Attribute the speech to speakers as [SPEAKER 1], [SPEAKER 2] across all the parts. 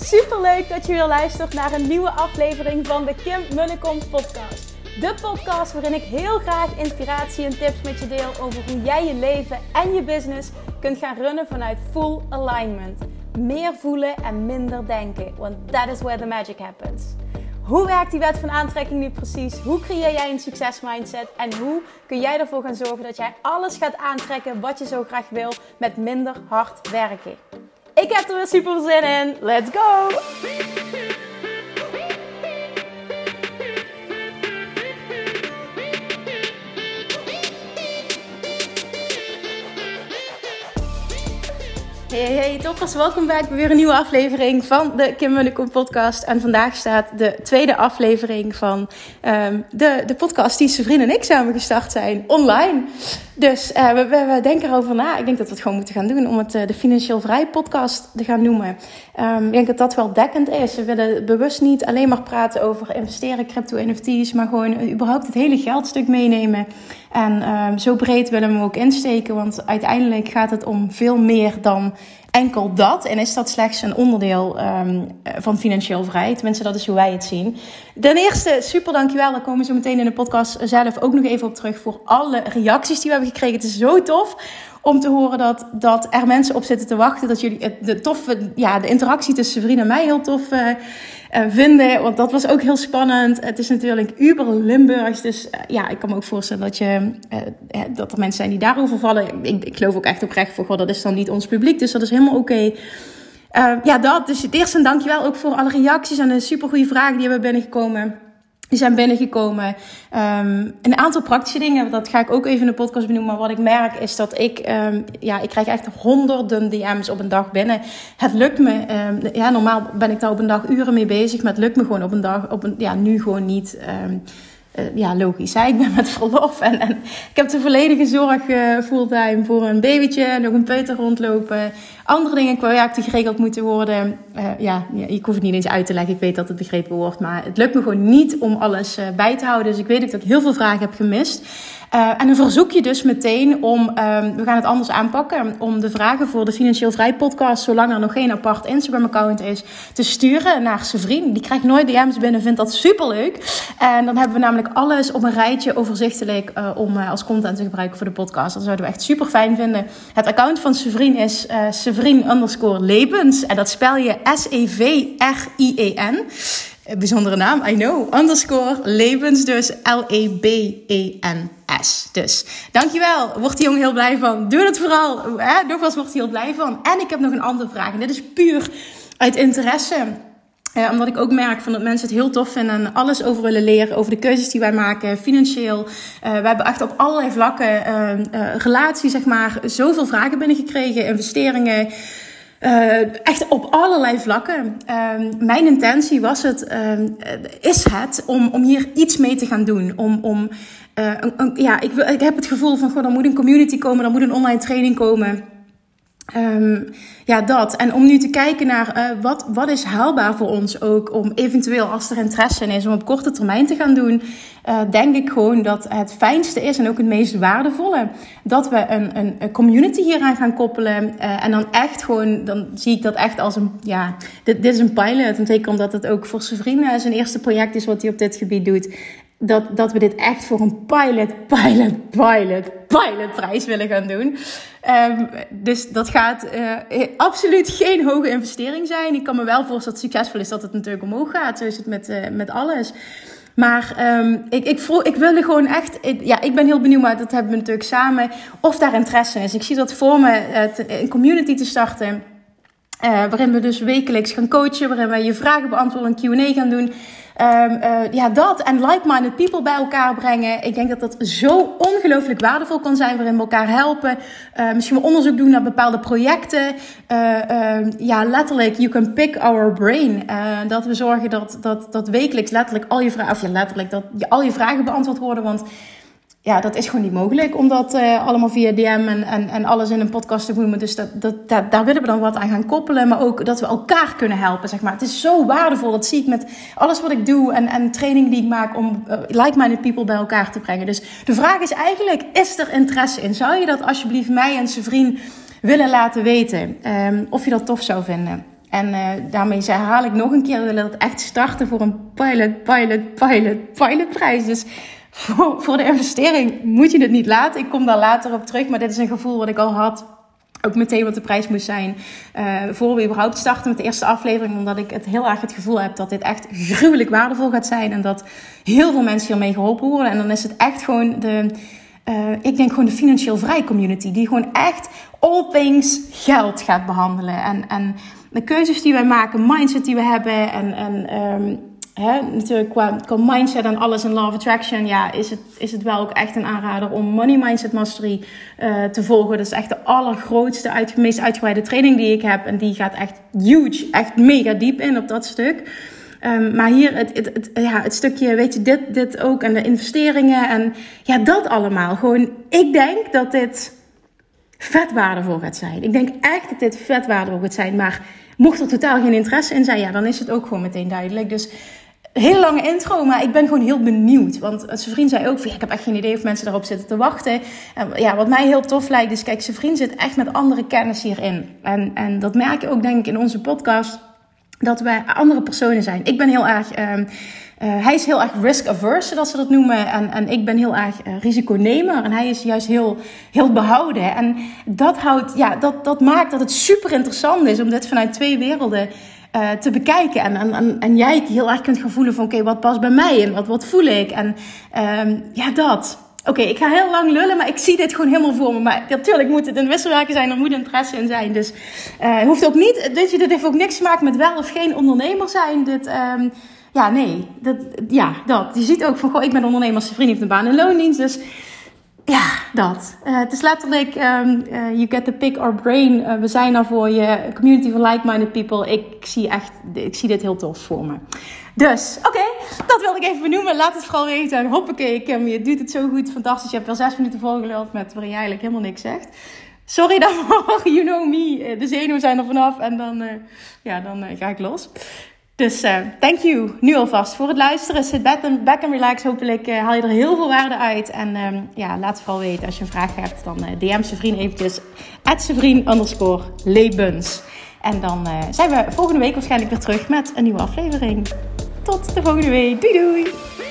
[SPEAKER 1] Superleuk dat je weer luistert naar een nieuwe aflevering van de Kim Munnekom podcast. De podcast waarin ik heel graag inspiratie en tips met je deel over hoe jij je leven en je business kunt gaan runnen vanuit full alignment. Meer voelen en minder denken, want that is where the magic happens. Hoe werkt die wet van aantrekking nu precies? Hoe creëer jij een succesmindset? En hoe kun jij ervoor gaan zorgen dat jij alles gaat aantrekken wat je zo graag wil met minder hard werken? Ik heb er weer super zin in. Let's go! Hey toppers, welkom bij weer een nieuwe aflevering van de Kim Munnekom podcast. En vandaag staat de tweede aflevering van de podcast die Severine en ik samen gestart zijn, online. Dus we denken erover na. Ik denk dat we het gewoon moeten gaan doen om het de Financieel Vrij podcast te gaan noemen. Ik denk dat dat wel dekkend is. We willen bewust niet alleen maar praten over investeren, crypto, NFT's, maar gewoon überhaupt het hele geldstuk meenemen. En zo breed willen we hem ook insteken, want uiteindelijk gaat het om veel meer dan enkel dat. En is dat slechts een onderdeel van financieel vrij. Tenminste, dat is hoe wij het zien. Ten eerste, super dankjewel. Daar komen we zo meteen in de podcast zelf ook nog even op terug voor alle reacties die we hebben gekregen. Het is zo tof om te horen dat er mensen op zitten te wachten. Dat jullie de interactie tussen Severine en mij heel tof vinden. Want dat was ook heel spannend. Het is natuurlijk uber Limburgs. Dus ik kan me ook voorstellen dat er mensen zijn die daarover vallen. Ik geloof ook echt oprecht voor God. Dat is dan niet ons publiek. Dus dat is helemaal oké. Dus het eerste een dankjewel ook voor alle reacties en de supergoeie vragen die hebben binnengekomen. Die zijn binnengekomen. Een aantal praktische dingen, dat ga ik ook even in de podcast benoemen. Maar wat ik merk is dat ik krijg echt honderden DM's op een dag binnen. Het lukt me. Normaal ben ik daar op een dag uren mee bezig. Maar het lukt me gewoon op een dag, nu gewoon niet. Logisch. Hè? Ik ben met verlof en ik heb de volledige zorg fulltime voor een babytje, nog een peuter rondlopen. Andere dingen qua werk die geregeld moeten worden. Ik hoef het niet eens uit te leggen. Ik weet dat het begrepen wordt. Maar het lukt me gewoon niet om alles bij te houden. Dus ik weet ook dat ik heel veel vragen heb gemist. En dan verzoek je dus meteen om, we gaan het anders aanpakken, om de vragen voor de Financieel Vrij podcast, zolang er nog geen apart Instagram account is, te sturen naar Severine. Die krijgt nooit DM's binnen, vindt dat superleuk. En dan hebben we namelijk alles op een rijtje overzichtelijk om als content te gebruiken voor de podcast. Dat zouden we echt super fijn vinden. Het account van Severine is Severine_Lebens. En dat spel je SEVRIEN. Bijzondere naam, I know. _Lebens, dus LEBENS. Dus dankjewel. Wordt die jongen heel blij van. Doe het vooral. Nogmaals, wordt hij heel blij van. En ik heb nog een andere vraag. En dit is puur uit interesse. Omdat ik ook merk dat mensen het heel tof vinden en alles over willen leren. Over de keuzes die wij maken, financieel. We hebben echt op allerlei vlakken, relatie zeg maar, zoveel vragen binnengekregen. Investeringen. Echt op allerlei vlakken. Mijn intentie was is het om hier iets mee te gaan doen. Ik heb het gevoel van, er moet een community komen, er moet een online training komen. Dat. En om nu te kijken naar wat is haalbaar voor ons ook. Om eventueel, als er interesse in is, om op korte termijn te gaan doen. Denk ik gewoon dat het fijnste is en ook het meest waardevolle. Dat we een community hieraan gaan koppelen. En dan echt gewoon, dan zie ik dat echt als dit is een pilot. En zeker omdat het ook voor Severine zijn eerste project is wat hij op dit gebied doet. Dat we dit echt voor een pilotprijs willen gaan doen. Dus dat gaat absoluut geen hoge investering zijn. Ik kan me wel voorstellen dat het succesvol is dat het natuurlijk omhoog gaat. Zo is het met alles. Maar ik wil gewoon echt. Ik ben heel benieuwd, maar dat hebben we natuurlijk samen. Of daar interesse in is. Ik zie dat voor me een community te starten. Waarin we dus wekelijks gaan coachen. Waarin we je vragen beantwoorden, een Q&A gaan doen. Dat en like-minded people bij elkaar brengen. Ik denk dat dat zo ongelooflijk waardevol kan zijn. Waarin we elkaar helpen. Misschien wel onderzoek doen naar bepaalde projecten. Letterlijk, you can pick our brain. Dat we zorgen dat wekelijks letterlijk al je vragen... dat al je vragen beantwoord worden. Want dat is gewoon niet mogelijk om dat allemaal via DM en alles in een podcast te doen. Dus daar willen we dan wat aan gaan koppelen. Maar ook dat we elkaar kunnen helpen, zeg maar. Het is zo waardevol. Dat zie ik met alles wat ik doe en trainingen die ik maak om like-minded people bij elkaar te brengen. Dus de vraag is eigenlijk, is er interesse in? Zou je dat alsjeblieft mij en Severine willen laten weten? Of je dat tof zou vinden? En daarmee herhaal ik nog een keer, we willen dat echt starten voor een pilotprijs. Dus voor de investering moet je het niet laten. Ik kom daar later op terug, maar dit is een gevoel wat ik al had. Ook meteen wat de prijs moest zijn voor we überhaupt starten met de eerste aflevering. Omdat ik heel erg het gevoel heb dat dit echt gruwelijk waardevol gaat zijn. En dat heel veel mensen hiermee geholpen worden. En dan is het echt gewoon ik denk gewoon de financieel vrij community. Die gewoon echt all things geld gaat behandelen. En de keuzes die wij maken, mindset die we hebben. Natuurlijk qua mindset en alles in Law of Attraction. Ja, is het wel ook echt een aanrader om Money Mindset Mastery te volgen. Dat is echt de allergrootste, meest uitgebreide training die ik heb. En die gaat echt huge, echt mega diep in op dat stuk. Maar hier het stukje, weet je, dit ook. En de investeringen en ja, dat allemaal. Gewoon, ik denk dat dit vet waardevol gaat zijn. Ik denk echt dat dit vet waardevol gaat zijn. Maar mocht er totaal geen interesse in zijn, ja, dan is het ook gewoon meteen duidelijk. Dus hele lange intro, maar ik ben gewoon heel benieuwd. Want zijn vriend zei ook van, ja, ik heb echt geen idee of mensen daarop zitten te wachten. Ja, wat mij heel tof lijkt is, kijk, zijn vriend zit echt met andere kennis hierin. En dat merk je ook, denk ik, in onze podcast. Dat wij andere personen zijn. Ik ben heel erg... hij is heel erg risk-averse, zoals ze dat noemen. En ik ben heel erg risiconemer. En hij is juist heel behouden. En dat maakt dat het super interessant is om dit vanuit twee werelden te bekijken. En jij heel erg kunt gaan voelen van oké, wat past bij mij en wat voel ik? En dat... Oké, ik ga heel lang lullen, maar ik zie dit gewoon helemaal voor me. Maar natuurlijk moet het een wisselwerking zijn, er moet interesse in zijn. Dus hoeft ook niet, dit heeft ook niks te maken met wel of geen ondernemer zijn. Je ziet ook van, ik ben ondernemer, zijn vriend heeft een baan in loondienst. Dus ja, dat. Het is letterlijk, you get to pick our brain. We zijn er voor je, community van like-minded people. Ik zie dit heel tof voor me. Dus, oké, dat wilde ik even benoemen. Laat het vooral weten. Hoppakee, Kim, je doet het zo goed. Fantastisch. Je hebt wel 6 minuten volgeluld met waarin je eigenlijk helemaal niks zegt. Sorry daarvoor. You know me. De zenuwen zijn er vanaf. En dan ga ik los. Dus thank you nu alvast voor het luisteren. Sit back and relax. Hopelijk haal je er heel veel waarde uit. En laat het vooral weten. Als je een vraag hebt, dan DM zijn vriend eventjes. @sevriend_lebens. En dan zijn we volgende week waarschijnlijk weer terug met een nieuwe aflevering. Tot de volgende week. Doei doei!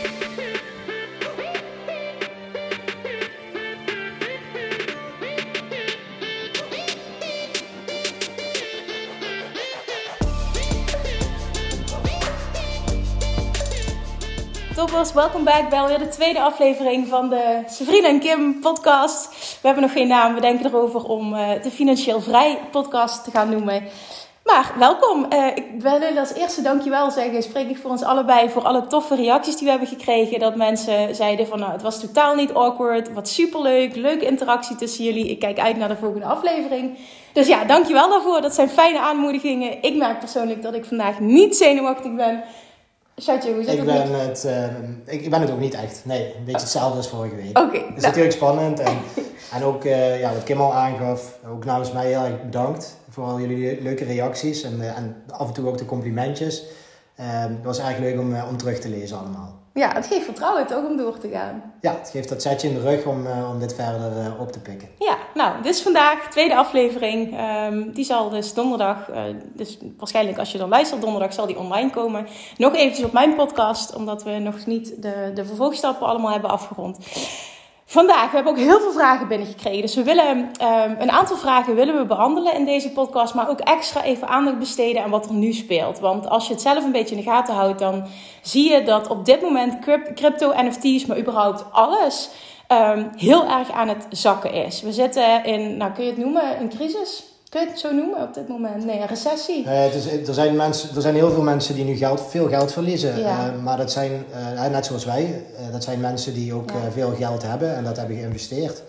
[SPEAKER 1] Toppers, welkom back bij alweer de tweede aflevering van de Sevriend en Kim podcast. We hebben nog geen naam, we denken erover om de Financieel Vrij podcast te gaan noemen. Maar welkom, ik wil als eerste dankjewel zeggen, spreek ik voor ons allebei, voor alle toffe reacties die we hebben gekregen. Dat mensen zeiden van het was totaal niet awkward, wat superleuk, leuke interactie tussen jullie. Ik kijk uit naar de volgende aflevering. Dus ja, dankjewel daarvoor, dat zijn fijne aanmoedigingen. Ik merk persoonlijk dat ik vandaag niet zenuwachtig ben. Shatje, hoe zit het?
[SPEAKER 2] Ik ben het ook niet echt. Nee, een beetje hetzelfde als vorige week.
[SPEAKER 1] Okay,
[SPEAKER 2] het is natuurlijk spannend. En ook wat Kim al aangaf, ook namens mij heel erg bedankt voor al jullie leuke reacties. En af en toe ook de complimentjes. Het was erg leuk om terug te lezen allemaal.
[SPEAKER 1] Ja, het geeft vertrouwen toch om door te gaan.
[SPEAKER 2] Ja, het geeft dat zetje in de rug om dit verder op te pikken.
[SPEAKER 1] Ja, nou, dit is vandaag tweede aflevering. Die zal dus donderdag, dus waarschijnlijk als je dan luistert donderdag, zal die online komen. Nog eventjes op mijn podcast, omdat we nog niet de vervolgstappen allemaal hebben afgerond. Vandaag, we hebben ook heel veel vragen binnengekregen. Dus we willen een aantal vragen willen we behandelen in deze podcast. Maar ook extra even aandacht besteden aan wat er nu speelt. Want als je het zelf een beetje in de gaten houdt, dan zie je dat op dit moment crypto, NFT's, maar überhaupt alles heel erg aan het zakken is. We zitten in, nou kun je het noemen, een crisis? Kun je het zo noemen op dit moment? Nee, een recessie.
[SPEAKER 2] Er zijn heel veel mensen die nu veel geld verliezen. Ja. Maar dat zijn, net zoals wij, dat zijn mensen die ook veel geld hebben en dat hebben geïnvesteerd.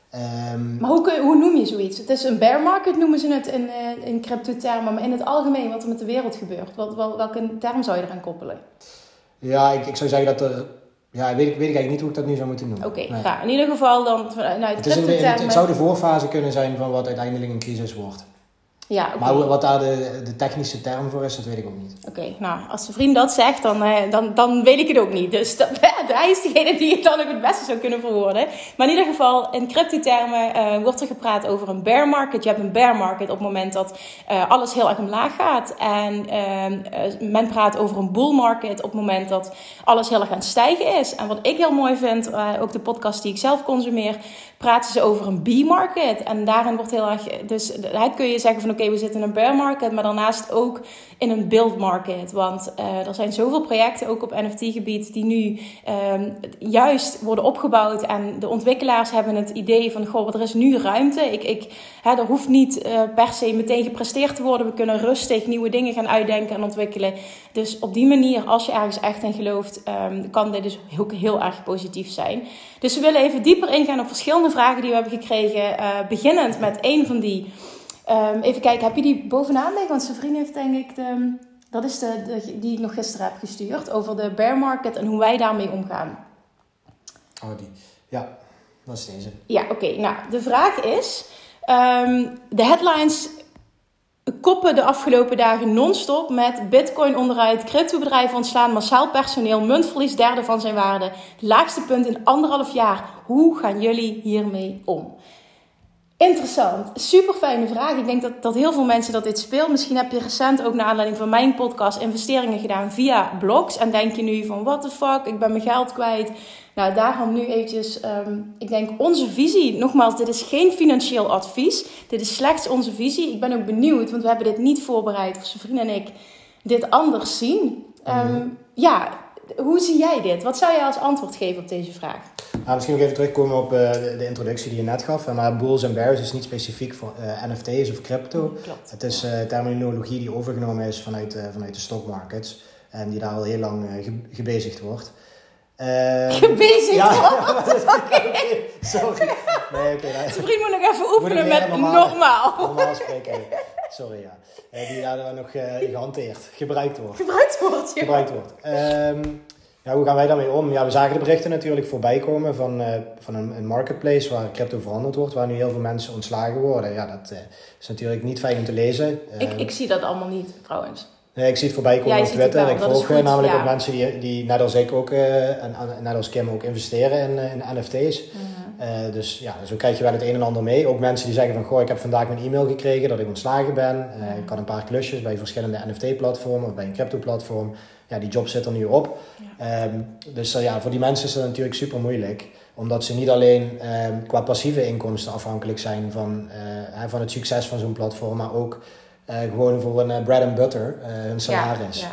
[SPEAKER 1] Maar hoe noem je zoiets? Het is een bear market, noemen ze het in crypto-termen. Maar in het algemeen, wat er met de wereld gebeurt. Welke term zou je eraan koppelen?
[SPEAKER 2] Ja, ik zou zeggen dat er... Ja, weet ik eigenlijk niet hoe ik dat nu zou moeten noemen.
[SPEAKER 1] Oké, nou, in ieder geval dan vanuit
[SPEAKER 2] het zou de voorfase kunnen zijn van wat uiteindelijk een crisis wordt.
[SPEAKER 1] Ja, okay.
[SPEAKER 2] Maar wat daar de technische term voor is, dat weet ik ook niet.
[SPEAKER 1] Oké, nou, als de vriend dat zegt, dan weet ik het ook niet. Dus hij is degene die het dan ook het beste zou kunnen verwoorden. Maar in ieder geval, in crypto-termen wordt er gepraat over een bear market. Je hebt een bear market op het moment dat alles heel erg omlaag gaat. En men praat over een bull market op het moment dat alles heel erg aan het stijgen is. En wat ik heel mooi vind, ook de podcast die ik zelf consumeer, praten ze over een B-market. En daarin wordt heel erg... Dus kun je zeggen van oké, we zitten in een bear market, maar daarnaast ook in een build market. Want er zijn zoveel projecten, ook op NFT-gebied, die nu juist worden opgebouwd. En de ontwikkelaars hebben het idee van, goh, er is nu ruimte. Er hoeft niet per se meteen gepresteerd te worden. We kunnen rustig nieuwe dingen gaan uitdenken en ontwikkelen. Dus op die manier, als je ergens echt in gelooft, kan dit dus ook heel erg positief zijn. Dus we willen even dieper ingaan op verschillende vragen die we hebben gekregen. Beginnend met een van die... even kijken, heb je die bovenaan liggen? Want zijn vriend heeft denk ik... dat is die ik nog gisteren heb gestuurd. Over de bear market en hoe wij daarmee omgaan.
[SPEAKER 2] Oh, die. Ja, dat is deze.
[SPEAKER 1] Ja, oké. Nou, de vraag is... de headlines koppen de afgelopen dagen non-stop met Bitcoin onderuit, cryptobedrijven ontslaan, massaal personeel, muntverlies derde van zijn waarde. Laagste punt in 1,5 jaar. Hoe gaan jullie hiermee om? Interessant. Super fijne vraag. Ik denk dat heel veel mensen dat dit speelt. Misschien heb je recent ook naar aanleiding van mijn podcast investeringen gedaan via blogs. En denk je nu van what the fuck, ik ben mijn geld kwijt. Nou, daarom nu eventjes, ik denk onze visie. Nogmaals, dit is geen financieel advies. Dit is slechts onze visie. Ik ben ook benieuwd, want we hebben dit niet voorbereid. Of zijn vriend en ik dit anders zien. Ja, hoe zie jij dit? Wat zou jij als antwoord geven op deze vraag?
[SPEAKER 2] Nou, misschien nog even terugkomen op de introductie die je net gaf. Maar bulls en bears is niet specifiek voor NFT's of crypto.
[SPEAKER 1] Klopt.
[SPEAKER 2] Het is terminologie die overgenomen is vanuit de stockmarkets. En die daar al heel lang gebezigd wordt.
[SPEAKER 1] Gebezigd wordt?
[SPEAKER 2] Okay. Sorry. Nee, oké.
[SPEAKER 1] Zijn vriend moet nog even oefenen met normaal.
[SPEAKER 2] Normaal spreken. Sorry, ja. Die daar nog gehanteerd. Gebruikt wordt.
[SPEAKER 1] Ja.
[SPEAKER 2] Gebruikt wordt. Ja, hoe gaan wij daarmee om? Ja, we zagen de berichten natuurlijk voorbij komen van een marketplace waar crypto verhandeld wordt, waar nu heel veel mensen ontslagen worden. Ja, dat is natuurlijk niet fijn om te lezen.
[SPEAKER 1] Ik zie dat allemaal niet, trouwens.
[SPEAKER 2] Nee, ik zie het voorbij komen op Twitter. Ik volg namelijk ook mensen die net als ik ook, en net als Kim ook investeren in NFT's. Dus ja, zo krijg je wel het een en ander mee. Ook mensen die zeggen van, goh, ik heb vandaag mijn e-mail gekregen dat ik ontslagen ben. Ik had een paar klusjes bij verschillende NFT-platformen of bij een crypto-platform. Ja, die job zit er nu op. Ja. Dus ja, voor die mensen is dat natuurlijk super moeilijk. Omdat ze niet alleen qua passieve inkomsten afhankelijk zijn van het succes van zo'n platform, maar ook gewoon voor een bread and butter, hun salaris.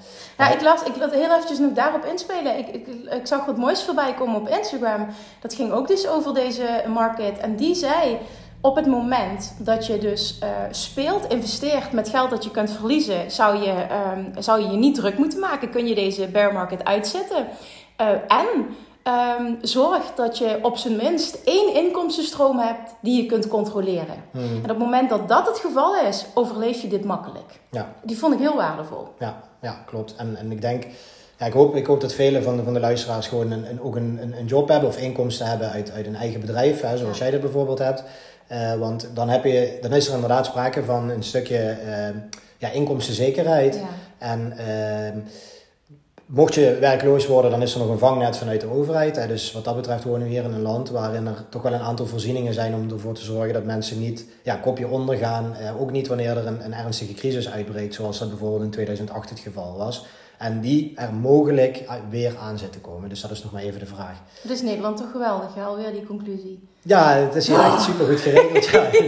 [SPEAKER 1] Ik wil heel eventjes nog daarop inspelen. Ik zag wat moois voorbij komen op Instagram. Dat ging ook dus over deze market. En die zei, op het moment dat je dus speelt, investeert met geld dat je kunt verliezen, zou je niet druk moeten maken. Kun je deze bear market uitzetten. Zorg dat je op zijn minst 1 inkomstenstroom hebt die je kunt controleren. En op het moment dat dat het geval is, overleef je dit makkelijk.
[SPEAKER 2] Ja.
[SPEAKER 1] Die vond ik heel waardevol.
[SPEAKER 2] Ja, klopt. En ik denk, ja, ik hoop dat vele van de luisteraars gewoon ook een job hebben of inkomsten hebben uit een eigen bedrijf, zoals jij dat bijvoorbeeld hebt. Want dan is er inderdaad sprake van een stukje inkomstenzekerheid. Ja. En mocht je werkloos worden, dan is er nog een vangnet vanuit de overheid. Dus wat dat betreft wonen we hier in een land waarin er toch wel een aantal voorzieningen zijn om ervoor te zorgen dat mensen niet kopje onder gaan. Ook niet wanneer er een ernstige crisis uitbreekt, zoals dat bijvoorbeeld in 2008 het geval was. En die er mogelijk weer aan zit te komen. Dus dat is nog maar even de vraag.
[SPEAKER 1] Dus Nederland toch geweldig, hè? Alweer die conclusie.
[SPEAKER 2] Ja, het is hier echt super goed geregeld.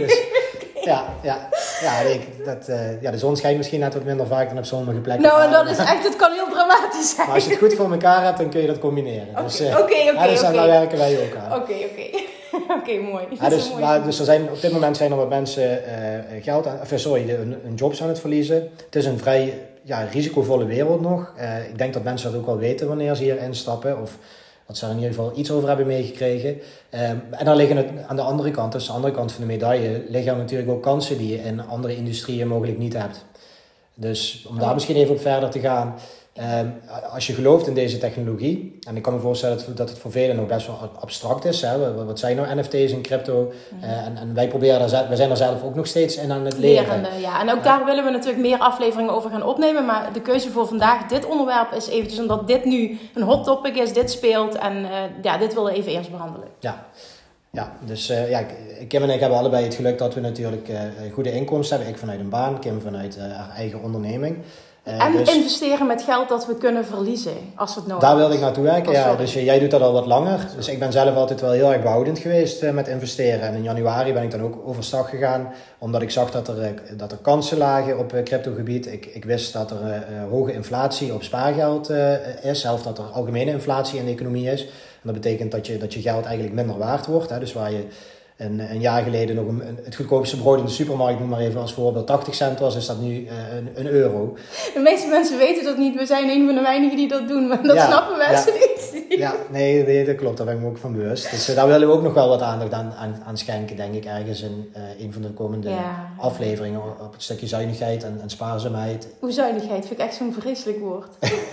[SPEAKER 2] De zon schijnt misschien net wat minder vaak dan op sommige plekken.
[SPEAKER 1] Nou, en dat is echt, het kan heel dramatisch zijn.
[SPEAKER 2] Maar als je het goed voor elkaar hebt, dan kun je dat combineren.
[SPEAKER 1] Oké.
[SPEAKER 2] Daar werken wij ook aan.
[SPEAKER 1] Oké, mooi.
[SPEAKER 2] Dus op dit moment zijn er wat mensen een job aan het verliezen. Het is een vrij risicovolle wereld nog. Ik denk dat mensen dat ook wel weten wanneer ze hier instappen. Of dat ze er in ieder geval iets over hebben meegekregen. En dan liggen aan de andere kant, dus de andere kant van de medaille, liggen er natuurlijk ook kansen die je in andere industrieën mogelijk niet hebt. Dus om daar misschien even op verder te gaan. Als je gelooft in deze technologie, en ik kan me voorstellen dat het voor velen nog best wel abstract is. Hè? Wat zijn nou NFT's en crypto? En wij wij zijn er zelf ook nog steeds in aan het leren.
[SPEAKER 1] Lerende, ja. En ook daar willen we natuurlijk meer afleveringen over gaan opnemen. Maar de keuze voor vandaag, dit onderwerp, is eventjes omdat dit nu een hot topic is, dit speelt. En dit willen we even eerst behandelen.
[SPEAKER 2] Ja, dus Kim en ik hebben allebei het geluk dat we natuurlijk goede inkomsten hebben. Ik vanuit een baan, Kim vanuit haar eigen onderneming.
[SPEAKER 1] En dus investeren met geld dat we kunnen verliezen, als het nodig is.
[SPEAKER 2] Daar wilde ik naartoe werken, ja. Dus jij doet dat al wat langer. Dus ik ben zelf altijd wel heel erg behoudend geweest met investeren. En in januari ben ik dan ook overstag gegaan, omdat ik zag dat er kansen lagen op cryptogebied. Ik wist dat er hoge inflatie op spaargeld is, zelfs dat er algemene inflatie in de economie is. En dat betekent dat je geld eigenlijk minder waard wordt. Hè? Dus waar je een jaar geleden nog het goedkoopste brood in de supermarkt, noem maar even als voorbeeld, 80 cent was, is dat nu €1.
[SPEAKER 1] De meeste mensen weten dat niet. We zijn een van de weinigen die dat doen, maar dat snappen mensen niet.
[SPEAKER 2] Ja, nee, dat klopt. Daar ben ik me ook van bewust. Dus daar willen we ook nog wel wat aandacht aan schenken, denk ik, ergens in een van de komende afleveringen op het stukje zuinigheid en spaarzaamheid.
[SPEAKER 1] Zuinigheid vind ik echt zo'n vreselijk woord.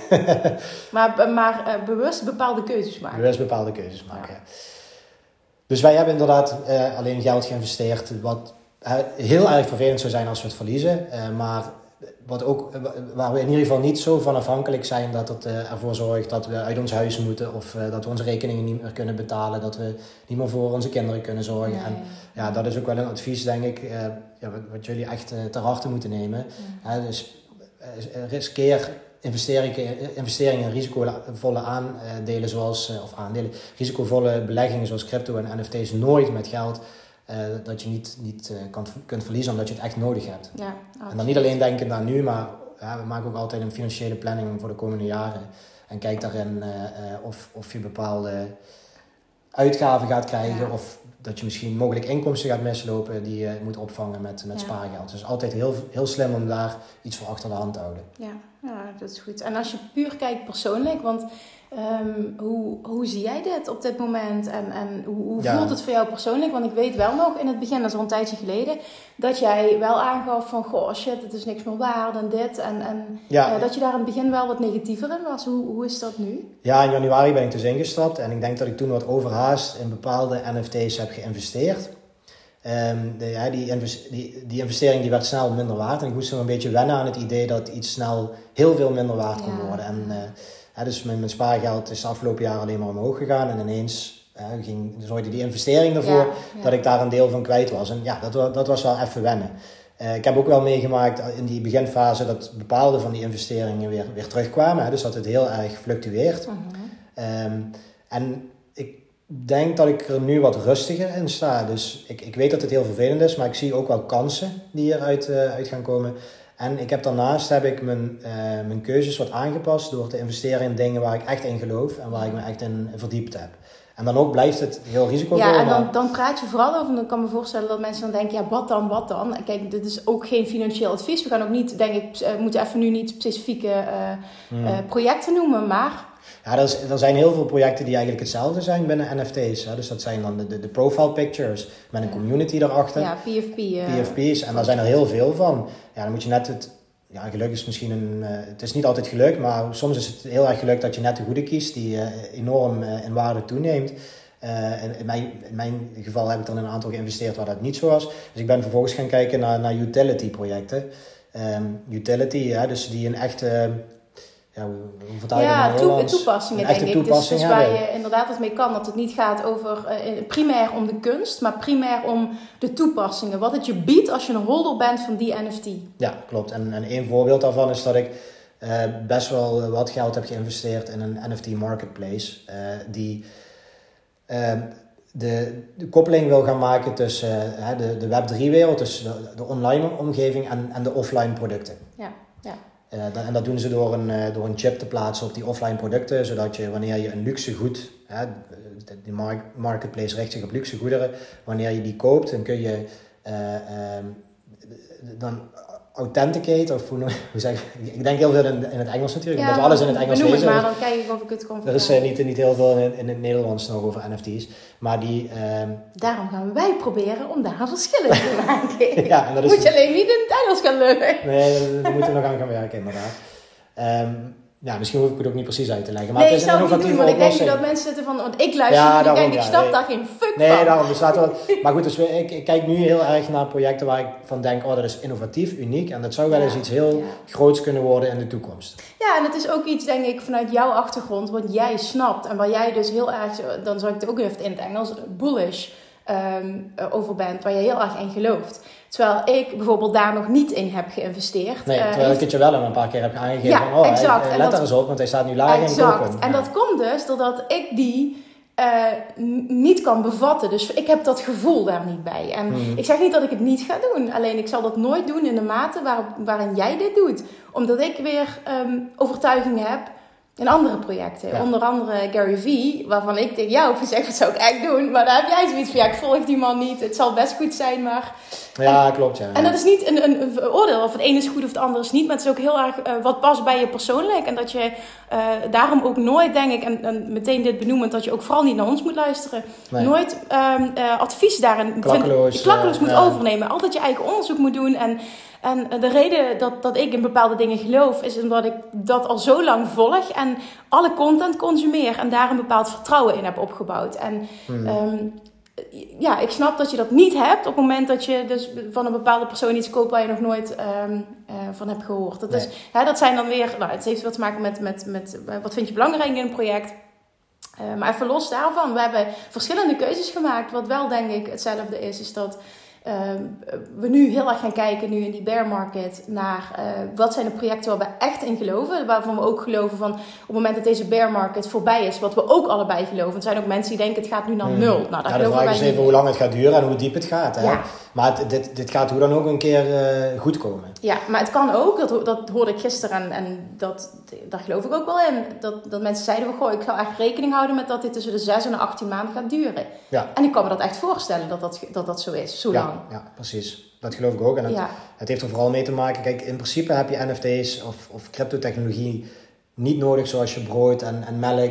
[SPEAKER 1] maar bewust bepaalde keuzes maken.
[SPEAKER 2] Bewust bepaalde keuzes maken, ja. Dus wij hebben inderdaad alleen geld geïnvesteerd, wat heel erg vervelend zou zijn als we het verliezen. Maar waar we in ieder geval niet zo van afhankelijk zijn dat het ervoor zorgt dat we uit ons huis moeten of dat we onze rekeningen niet meer kunnen betalen, dat we niet meer voor onze kinderen kunnen zorgen. Nee. En ja, dat is ook wel een advies, denk ik, wat jullie echt ter harte moeten nemen. Dus riskeer investeringen in risicovolle aandelen risicovolle beleggingen zoals crypto en NFT's nooit met geld dat je niet kunt verliezen omdat je het echt nodig hebt. Ja, en dan niet alleen denken aan nu, maar we maken ook altijd een financiële planning voor de komende jaren. En kijk daarin of je bepaalde uitgaven gaat krijgen of dat je misschien mogelijk inkomsten gaat mislopen die je moet opvangen met spaargeld. Dus altijd heel, heel slim om daar iets voor achter de hand te houden.
[SPEAKER 1] Ja, dat is goed. En als je puur kijkt persoonlijk, want hoe zie jij dit op dit moment? En hoe voelt het voor jou persoonlijk? Want ik weet wel nog in het begin, dat is al een tijdje geleden, dat jij wel aangaf van, goh, shit, het is niks meer waard en dit. En dat je daar in het begin wel wat negatiever in was. Hoe is dat nu?
[SPEAKER 2] Ja, in januari ben ik dus ingestapt en ik denk dat ik toen wat overhaast in bepaalde NFT's heb geïnvesteerd. Die investering die werd snel minder waard en ik moest er een beetje wennen aan het idee dat iets snel heel veel minder waard kon worden. En dus mijn spaargeld is de afgelopen jaar alleen maar omhoog gegaan en ineens zorgde die investering ervoor dat ik daar een deel van kwijt was. En ja, dat was wel even wennen. Ik heb ook wel meegemaakt in die beginfase dat bepaalde van die investeringen weer terugkwamen. Dus dat het heel erg fluctueert. En ik denk dat ik er nu wat rustiger in sta. Dus ik weet dat het heel vervelend is, maar ik zie ook wel kansen die eruit uit gaan komen. En daarnaast heb ik mijn keuzes wat aangepast door te investeren in dingen waar ik echt in geloof en waar ik me echt in verdiept heb. En dan ook blijft het heel risicovol.
[SPEAKER 1] Ja, en dan praat je vooral over, en dan kan ik me voorstellen dat mensen dan denken, ja, wat dan? Kijk, dit is ook geen financieel advies. We gaan ook niet, denk ik, moeten even nu niet specifieke projecten noemen, maar...
[SPEAKER 2] Ja, er zijn heel veel projecten die eigenlijk hetzelfde zijn binnen NFT's. Hè. Dus dat zijn dan de profile pictures met een community erachter.
[SPEAKER 1] Ja,
[SPEAKER 2] PFP's. En daar zijn er heel veel van. Ja, dan moet je net geluk is misschien het is niet altijd geluk, maar soms is het heel erg geluk dat je net de goede kiest die enorm in waarde toeneemt. In mijn geval heb ik dan in een aantal geïnvesteerd waar dat niet zo was. Dus ik ben vervolgens gaan kijken naar utility projecten. Dus die een echte... hoe vertaal je dat in het Nederlands?
[SPEAKER 1] Toepassingen, denk ik. Dus waar je inderdaad wat mee kan. Dat het niet gaat over primair om de kunst, maar primair om de toepassingen. Wat het je biedt als je een holder bent van die NFT.
[SPEAKER 2] Ja, klopt. En een voorbeeld daarvan is dat ik best wel wat geld heb geïnvesteerd in een NFT marketplace. Die de koppeling wil gaan maken tussen de Web3-wereld, dus de online omgeving en de offline producten.
[SPEAKER 1] Ja.
[SPEAKER 2] En dat doen ze door een chip te plaatsen op die offline producten, zodat je wanneer je een luxe goed, die marketplace richt zich op luxe goederen, wanneer je die koopt, dan kun je dan authenticate, of hoe zeg ik denk heel veel in het Engels natuurlijk, omdat we alles in het Engels lezen.
[SPEAKER 1] Maar dan kijk ik of ik het kan
[SPEAKER 2] vertellen. Er is niet heel veel in het Nederlands nog over NFT's, maar die...
[SPEAKER 1] Daarom gaan wij proberen om daar een verschil in te maken.
[SPEAKER 2] Ja, en dat is...
[SPEAKER 1] Moet je alleen niet in het Engels gaan leunen.
[SPEAKER 2] Nee, daar moeten we nog aan gaan werken, inderdaad. Ja, misschien hoef ik het ook niet precies uit te leggen. Maar
[SPEAKER 1] Nee,
[SPEAKER 2] het is een innovatieve
[SPEAKER 1] want ik denk
[SPEAKER 2] oplossing.
[SPEAKER 1] dat mensen zitten van... Want ik luister en ik snap daar geen fuck van.
[SPEAKER 2] Nee, daarom. Dus maar goed, dus ik kijk nu heel erg naar projecten waar ik van denk... dat is innovatief, uniek. En dat zou wel eens iets heel groots kunnen worden in de toekomst.
[SPEAKER 1] Ja, en het is ook iets, denk ik, vanuit jouw achtergrond... wat jij snapt. En waar jij dus heel erg... Dan zou ik het ook even in het Engels... bullish over bent. Waar je heel erg in gelooft. Terwijl ik bijvoorbeeld daar nog niet in heb geïnvesteerd.
[SPEAKER 2] Nee, terwijl ik het je wel een paar keer heb aangegeven.
[SPEAKER 1] Ja,
[SPEAKER 2] van,
[SPEAKER 1] exact.
[SPEAKER 2] Let daar eens op, want hij staat nu laag in kopen.
[SPEAKER 1] En dat komt dus doordat ik die niet kan bevatten. Dus ik heb dat gevoel daar niet bij. En ik zeg niet dat ik het niet ga doen. Alleen ik zal dat nooit doen in de mate waarin jij dit doet. Omdat ik weer overtuiging heb in andere projecten. Ja. Onder andere Gary Vee, waarvan ik tegen jou heb gezegd, wat zou ik echt doen? Maar daar heb jij zoiets van, ik volg die man niet. Het zal best goed zijn, maar...
[SPEAKER 2] Ja, klopt, ja.
[SPEAKER 1] En dat is niet een oordeel of het ene is goed of het andere is niet. Maar het is ook heel erg wat past bij je persoonlijk. En dat je daarom ook nooit, denk ik, en meteen dit benoemend, dat je ook vooral niet naar ons moet luisteren. Nee. Nooit advies daarin klakkeloos moet overnemen. Altijd je eigen onderzoek moet doen. En de reden dat ik in bepaalde dingen geloof, is omdat ik dat al zo lang volg en alle content consumeer en daar een bepaald vertrouwen in heb opgebouwd. En ik snap dat je dat niet hebt op het moment dat je dus van een bepaalde persoon iets koopt waar je nog nooit van hebt gehoord. Dat zijn dan weer, het heeft wat te maken met wat vind je belangrijk in een project. Maar even los daarvan, we hebben verschillende keuzes gemaakt. Wat wel denk ik hetzelfde is dat we nu heel erg gaan kijken, nu in die bear market, naar wat zijn de projecten waar we echt in geloven. Waarvan we ook geloven van, op het moment dat deze bear market voorbij is, wat we ook allebei geloven. Er zijn ook mensen die denken, het gaat nu naar 0. Nou,
[SPEAKER 2] de vraag is even hoe lang het gaat duren en hoe diep het gaat. Hè? Ja. Maar dit gaat hoe dan ook een keer goed komen.
[SPEAKER 1] Ja, maar het kan ook, dat hoorde ik gisteren en daar geloof ik ook wel in. Dat mensen zeiden van, ik zou echt rekening houden met dat dit tussen de 6 en de 18 maanden gaat duren. Ja. En ik kan me dat echt voorstellen dat zo is, zo lang.
[SPEAKER 2] Ja, precies. Dat geloof ik ook. En het heeft er vooral mee te maken. Kijk, in principe heb je NFT's of cryptotechnologie niet nodig zoals je brood en melk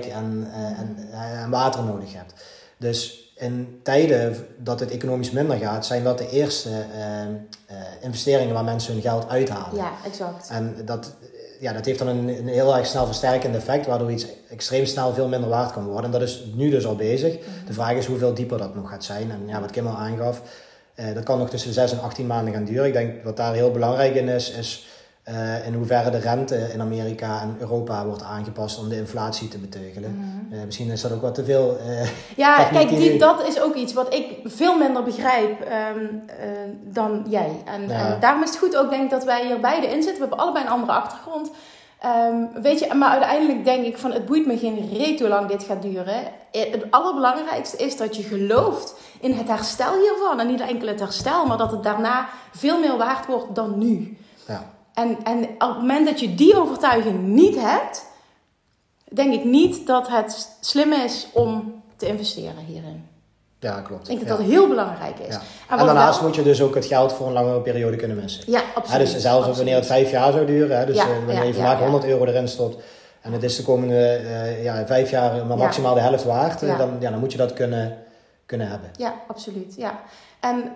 [SPEAKER 2] en water nodig hebt. Dus in tijden dat het economisch minder gaat, zijn dat de eerste investeringen waar mensen hun geld uithalen.
[SPEAKER 1] Ja, exact.
[SPEAKER 2] En dat heeft dan een heel erg snel versterkend effect, waardoor iets extreem snel veel minder waard kan worden. En dat is nu dus al bezig. De vraag is hoeveel dieper dat nog gaat zijn. En wat Kim al aangaf, dat kan nog tussen 6 en 18 maanden gaan duren. Ik denk wat daar heel belangrijk in is in hoeverre de rente in Amerika en Europa wordt aangepast om de inflatie te beteugelen. Misschien is dat ook wat te veel.
[SPEAKER 1] Kijk, dat is ook iets wat ik veel minder begrijp dan jij. En daarom is het goed ook, denk ik, dat wij hier beide in zitten. We hebben allebei een andere achtergrond. Maar uiteindelijk denk ik van, het boeit me geen reet hoe lang dit gaat duren. Het allerbelangrijkste is dat je gelooft in het herstel hiervan. En niet enkel het herstel, maar dat het daarna veel meer waard wordt dan nu. Ja. En op het moment dat je die overtuiging niet hebt, denk ik niet dat het slim is om te investeren hierin.
[SPEAKER 2] Ja, klopt.
[SPEAKER 1] Ik denk dat dat heel belangrijk is.
[SPEAKER 2] Ja. En daarnaast moet je dus ook het geld voor een langere periode kunnen missen.
[SPEAKER 1] Ja, absoluut.
[SPEAKER 2] Dus zelfs wanneer het 5 jaar zou duren. Dus wanneer je vandaag 100 euro erin stopt en het is de komende 5 jaar maar maximaal de helft waard. Dan moet je dat kunnen hebben.
[SPEAKER 1] Ja, absoluut. Ja. En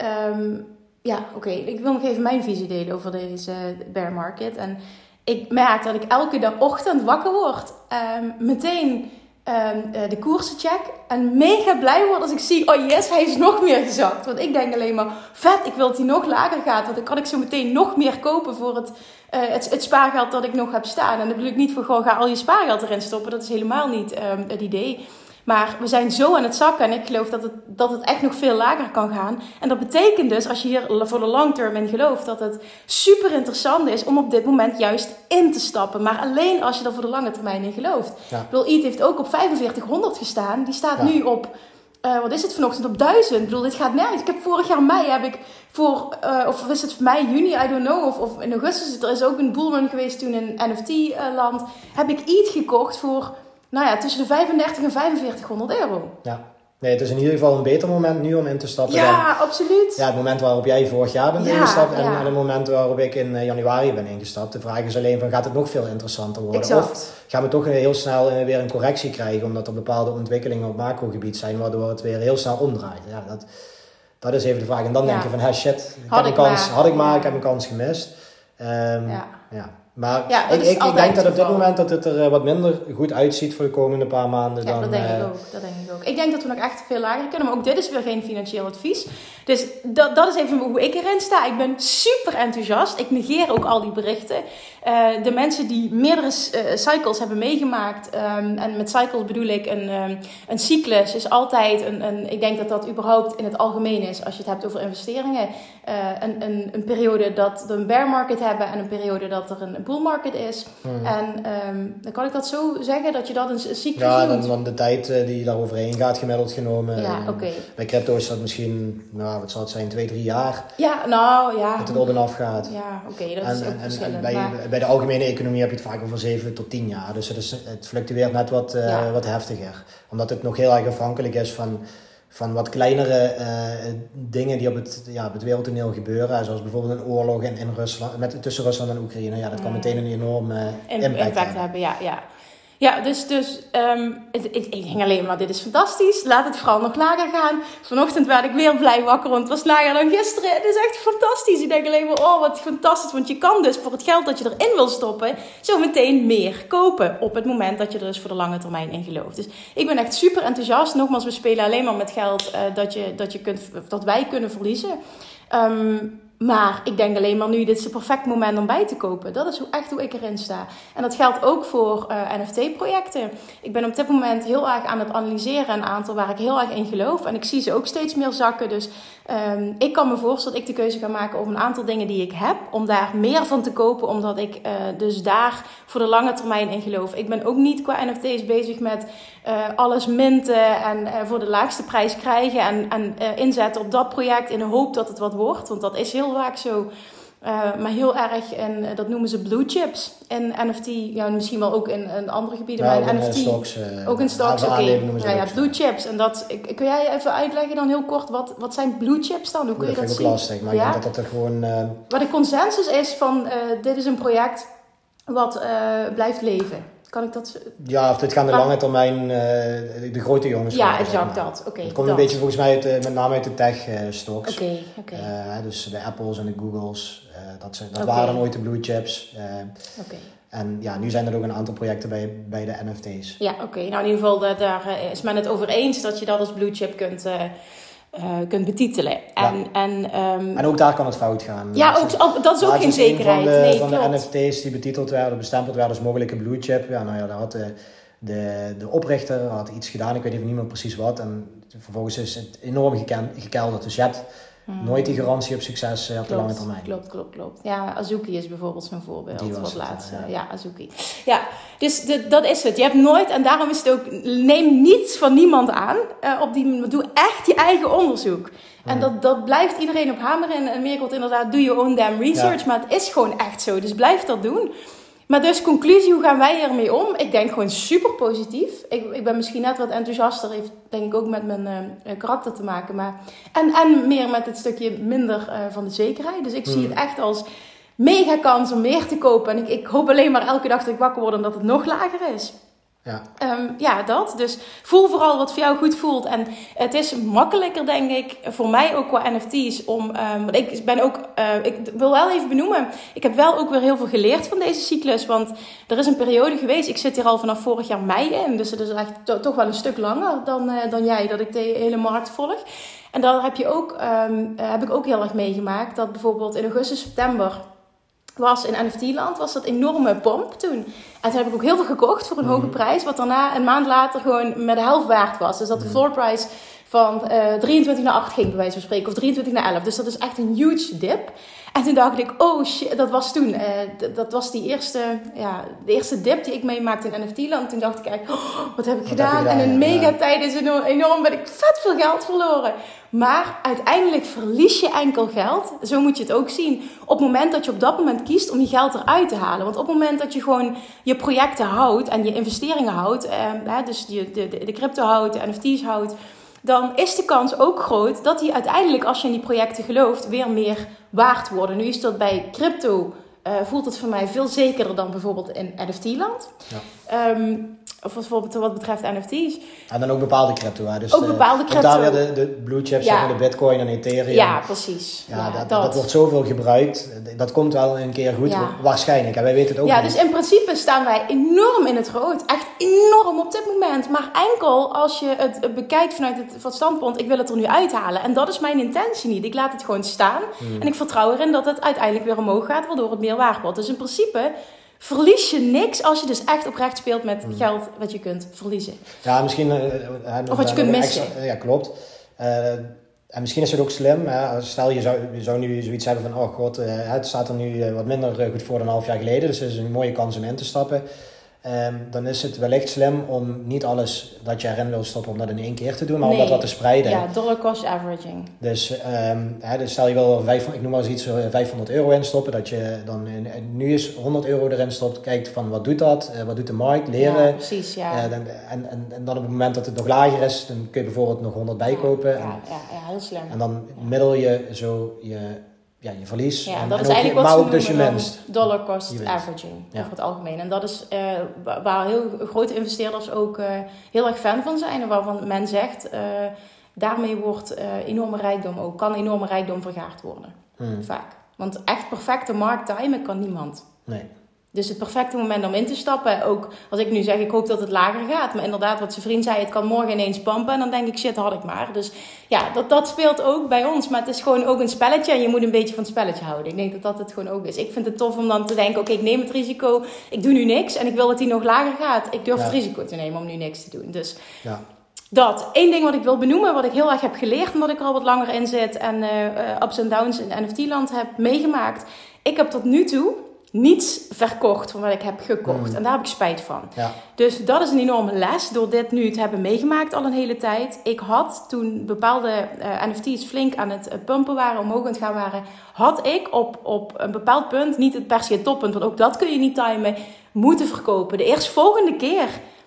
[SPEAKER 1] ik wil nog even mijn visie delen over deze bear market. En ik merk dat ik elke ochtend wakker word. Meteen de koersen check. En mega blij word als ik zie, oh yes, hij is nog meer gezakt. Want ik denk alleen maar, vet, ik wil dat hij nog lager gaat. Want dan kan ik zo meteen nog meer kopen voor het spaargeld dat ik nog heb staan. En dat bedoel ik niet voor, ga al je spaargeld erin stoppen. Dat is helemaal niet het idee. Maar we zijn zo aan het zakken en ik geloof dat het echt nog veel lager kan gaan. En dat betekent dus, als je hier voor de long term in gelooft, dat het super interessant is om op dit moment juist in te stappen. Maar alleen als je er voor de lange termijn in gelooft. Ja. ETH heeft ook op 4500 gestaan. Die staat nu op, wat is het vanochtend, op 1000. Ik bedoel, dit gaat nergens. Ik heb vorig jaar mei, of is het mei, juni, I don't know. Of in augustus, er is ook een bullrun geweest toen in NFT-land. Heb ik ETH gekocht voor, tussen de 35 en 4500 euro. Ja.
[SPEAKER 2] Nee, het is in ieder geval een beter moment nu om in te stappen.
[SPEAKER 1] Ja, absoluut.
[SPEAKER 2] Ja, het moment waarop jij vorig jaar bent ingestapt en het moment waarop ik in januari ben ingestapt. De vraag is alleen van, gaat het nog veel interessanter worden?
[SPEAKER 1] Exact.
[SPEAKER 2] Of gaan we toch heel snel weer een correctie krijgen, omdat er bepaalde ontwikkelingen op macrogebied zijn, waardoor het weer heel snel omdraait. Ja, dat is even de vraag. En dan denk je van, shit, ik heb een kans gemist. Maar
[SPEAKER 1] ja,
[SPEAKER 2] ik denk dat op dit moment dat het er wat minder goed uitziet voor de komende paar maanden.
[SPEAKER 1] Ja, dat denk ik ook. Ik denk dat we nog echt veel lager kunnen. Maar ook dit is weer geen financieel advies. Dus dat is even hoe ik erin sta. Ik ben super enthousiast. Ik negeer ook al die berichten. De mensen die meerdere cycles hebben meegemaakt. En met cycles bedoel ik een cyclus is altijd ik denk dat überhaupt in het algemeen is. Als je het hebt over investeringen. Een periode dat we een bear market hebben. En een periode dat er een bull market is. En dan kan ik dat zo zeggen. Dat je dat een cyclus noemt.
[SPEAKER 2] Ja, dan de tijd die daar overheen gaat gemiddeld genomen.
[SPEAKER 1] Ja, oké.
[SPEAKER 2] Bij crypto is dat misschien, wat zal het zijn, 2-3 jaar.
[SPEAKER 1] Ja, nou ja.
[SPEAKER 2] Dat het op en af gaat.
[SPEAKER 1] Ja, oké, dat is ook verschillend.
[SPEAKER 2] Bij de algemene economie heb je het vaak over 7 tot 10 jaar. Dus het fluctueert net wat heftiger. Omdat het nog heel erg afhankelijk is van wat kleinere dingen die op het wereldtoneel gebeuren. Zoals bijvoorbeeld een oorlog in Rusland, tussen Rusland en Oekraïne. Ja, dat kan meteen een enorme impact hebben. Ja.
[SPEAKER 1] Ja, dus ik denk alleen maar, dit is fantastisch. Laat het vooral nog lager gaan. Vanochtend werd ik weer blij wakker, want het was lager dan gisteren. Het is echt fantastisch. Ik denk alleen maar, wat fantastisch. Want je kan dus voor het geld dat je erin wil stoppen, zo meteen meer kopen. Op het moment dat je er dus voor de lange termijn in gelooft. Dus ik ben echt super enthousiast. Nogmaals, we spelen alleen maar met geld dat wij kunnen verliezen. Maar ik denk alleen maar nu, dit is het perfect moment om bij te kopen. Dat is echt hoe ik erin sta. En dat geldt ook voor NFT-projecten. Ik ben op dit moment heel erg aan het analyseren. Een aantal waar ik heel erg in geloof. En ik zie ze ook steeds meer zakken. Dus ik kan me voorstellen dat ik de keuze ga maken over een aantal dingen die ik heb. Om daar meer van te kopen. Omdat ik dus daar voor de lange termijn in geloof. Ik ben ook niet qua NFT's bezig met alles minten. En voor de laagste prijs krijgen. En inzetten op dat project in de hoop dat het wat wordt. Want dat is heel vaak zo. Maar heel erg, en dat noemen ze blue chips in NFT. Ja, misschien wel ook in andere gebieden.
[SPEAKER 2] Ja,
[SPEAKER 1] maar in NFT.
[SPEAKER 2] Stocks,
[SPEAKER 1] ook in stocks, oké.
[SPEAKER 2] Ja,
[SPEAKER 1] blue chips. En kun jij even uitleggen dan heel kort, wat zijn blue chips dan? Hoe kun je dat zien?
[SPEAKER 2] Dat vind ik ook lastig, maar ik denk dat er gewoon...
[SPEAKER 1] Waar de consensus is van, dit is een project wat blijft leven. Kan ik dat...
[SPEAKER 2] Ja, of dit gaan de lange termijn de grote jongens.
[SPEAKER 1] Ja, exact dat. Oké.
[SPEAKER 2] Het komt een beetje volgens mij met name uit de tech-stocks.
[SPEAKER 1] Oké.
[SPEAKER 2] Dus de Apples en de Googles. Dat waren dan ooit de blue chips. En ja, nu zijn er ook een aantal projecten bij de NFT's. Ja,
[SPEAKER 1] oké. Nou, in ieder geval, daar is men het over eens dat je dat als blue chip kunt betitelen. En
[SPEAKER 2] ook daar kan het fout gaan.
[SPEAKER 1] Ja, dat is ook geen zekerheid.
[SPEAKER 2] Van de NFT's die betiteld werden, bestempeld werden als mogelijke blue chip. Ja, nou ja, daar had de oprichter had iets gedaan. Ik weet even niet meer precies wat. En vervolgens is het enorm gekelderd. Dus je hebt nooit die garantie op succes op de lange termijn.
[SPEAKER 1] Klopt. Ja, Azuki is bijvoorbeeld zo'n voorbeeld. Die was laatst. Ja, Azuki. Ja, dus dat is het. Je hebt nooit, en daarom is het ook, neem niets van niemand aan. Doe echt je eigen onderzoek. En dat blijft iedereen op hameren. In Amerika wordt inderdaad, do your own damn research. Ja. Maar het is gewoon echt zo. Dus blijf dat doen. Maar dus conclusie, hoe gaan wij ermee om? Ik denk gewoon super positief. Ik ben misschien net wat enthousiaster. Heeft denk ik ook met mijn karakter te maken. Maar, en meer met het stukje minder van de zekerheid. Dus ik zie het echt als mega kans om meer te kopen. En ik hoop alleen maar elke dag dat ik wakker word en dat het nog lager is. Ja. Dat. Dus voel vooral wat voor jou goed voelt. En het is makkelijker, denk ik, voor mij ook qua NFT's om... want ik wil wel even benoemen, ik heb wel ook weer heel veel geleerd van deze cyclus. Want er is een periode geweest, ik zit hier al vanaf vorig jaar mei in. Dus het is echt toch wel een stuk langer dan jij, dat ik de hele markt volg. En daar heb ik ook heel erg meegemaakt. Dat bijvoorbeeld in augustus, september... was in NFT-land, was dat enorme pomp toen. En toen heb ik ook heel veel gekocht voor een hoge prijs, wat daarna een maand later gewoon met de helft waard was. Dus dat de floor price van 23 naar 8 ging, bij wijze van spreken, of 23 naar 11. Dus dat is echt een huge dip. En toen dacht ik, oh shit, dat was toen. Dat was de eerste dip die ik meemaakte in NFT-land. Toen dacht ik eigenlijk, wat heb ik gedaan? En in megatijd is enorm, ben ik vet veel geld verloren. Maar uiteindelijk verlies je enkel geld. Zo moet je het ook zien. Op het moment dat je op dat moment kiest om je geld eruit te halen. Want op het moment dat je gewoon je projecten houdt en je investeringen houdt. Dus de crypto houdt, de NFT's houdt. Dan is de kans ook groot dat die uiteindelijk, als je in die projecten gelooft, weer meer waard worden. Nu is dat bij crypto, voelt het voor mij veel zekerder dan bijvoorbeeld in NFT-land. Ja. Of bijvoorbeeld wat betreft NFT's.
[SPEAKER 2] En dan ook bepaalde crypto. Hè? Dus
[SPEAKER 1] ook bepaalde crypto.
[SPEAKER 2] Daar weer de blue chips, zeg maar, de Bitcoin en Ethereum.
[SPEAKER 1] Ja, precies.
[SPEAKER 2] Ja, dat wordt zoveel gebruikt. Dat komt wel een keer goed, waarschijnlijk. En wij weten het ook
[SPEAKER 1] niet.
[SPEAKER 2] Dus
[SPEAKER 1] in principe staan wij enorm in het rood. Echt enorm op dit moment. Maar enkel als je het bekijkt vanuit het standpunt, ik wil het er nu uithalen. En dat is mijn intentie niet. Ik laat het gewoon staan. En ik vertrouw erin dat het uiteindelijk weer omhoog gaat, waardoor het meer waard wordt. Dus in principe verlies je niks als je dus echt oprecht speelt met geld wat je kunt verliezen.
[SPEAKER 2] Ja, misschien...
[SPEAKER 1] of wat je kunt missen.
[SPEAKER 2] Ja, klopt. En misschien is het ook slim. Stel, je zou nu zoiets hebben van... Oh god, het staat er nu wat minder goed voor dan een half jaar geleden. Dus het is een mooie kans om in te stappen. Dan is het wellicht slim om niet alles dat je erin wil stoppen... om dat in één keer te doen, maar om dat wat te spreiden.
[SPEAKER 1] Ja, dollar cost averaging.
[SPEAKER 2] Dus stel je wil ik noem maar eens iets, €500 instoppen... dat je dan nu eens €100 erin stopt... kijkt van wat doet dat, wat doet de markt, leren.
[SPEAKER 1] Ja, precies, ja.
[SPEAKER 2] En dan op het moment dat het nog lager is... dan kun je bijvoorbeeld nog 100 bijkopen.
[SPEAKER 1] Ja, heel slim.
[SPEAKER 2] En dan middel je zo je verlies.
[SPEAKER 1] Ja,
[SPEAKER 2] en
[SPEAKER 1] dat
[SPEAKER 2] en
[SPEAKER 1] is
[SPEAKER 2] ook,
[SPEAKER 1] eigenlijk
[SPEAKER 2] maar
[SPEAKER 1] wat
[SPEAKER 2] ook dus je winst.
[SPEAKER 1] Dollar cost averaging, over het algemeen. En dat is waar heel grote investeerders ook heel erg fan van zijn. En waarvan men zegt, daarmee wordt kan enorme rijkdom vergaard worden. Vaak. Want echt perfecte markttimen kan niemand.
[SPEAKER 2] Nee.
[SPEAKER 1] Dus het perfecte moment om in te stappen. Ook als ik nu zeg, ik hoop dat het lager gaat. Maar inderdaad, wat zijn vriend zei, het kan morgen ineens pampen. En dan denk ik, shit, had ik maar. Dus ja, dat speelt ook bij ons. Maar het is gewoon ook een spelletje. En je moet een beetje van het spelletje houden. Ik denk dat het gewoon ook is. Ik vind het tof om dan te denken, oké, ik neem het risico. Ik doe nu niks. En ik wil dat die nog lager gaat. Ik durf het risico te nemen om nu niks te doen. Dus dat. Eén ding wat ik wil benoemen, wat ik heel erg heb geleerd. Omdat ik er al wat langer in zit. En ups en downs in NFT-land heb meegemaakt. Ik heb tot nu toe niets verkocht van wat ik heb gekocht. En daar heb ik spijt van. Ja. Dus dat is een enorme les. Door dit nu te hebben meegemaakt al een hele tijd. Ik had toen bepaalde NFT's flink aan het pumpen waren, omhoog aan het gaan waren, had ik op een bepaald punt, niet het per se het toppunt, want ook dat kun je niet timen, moeten verkopen. De eerstvolgende keer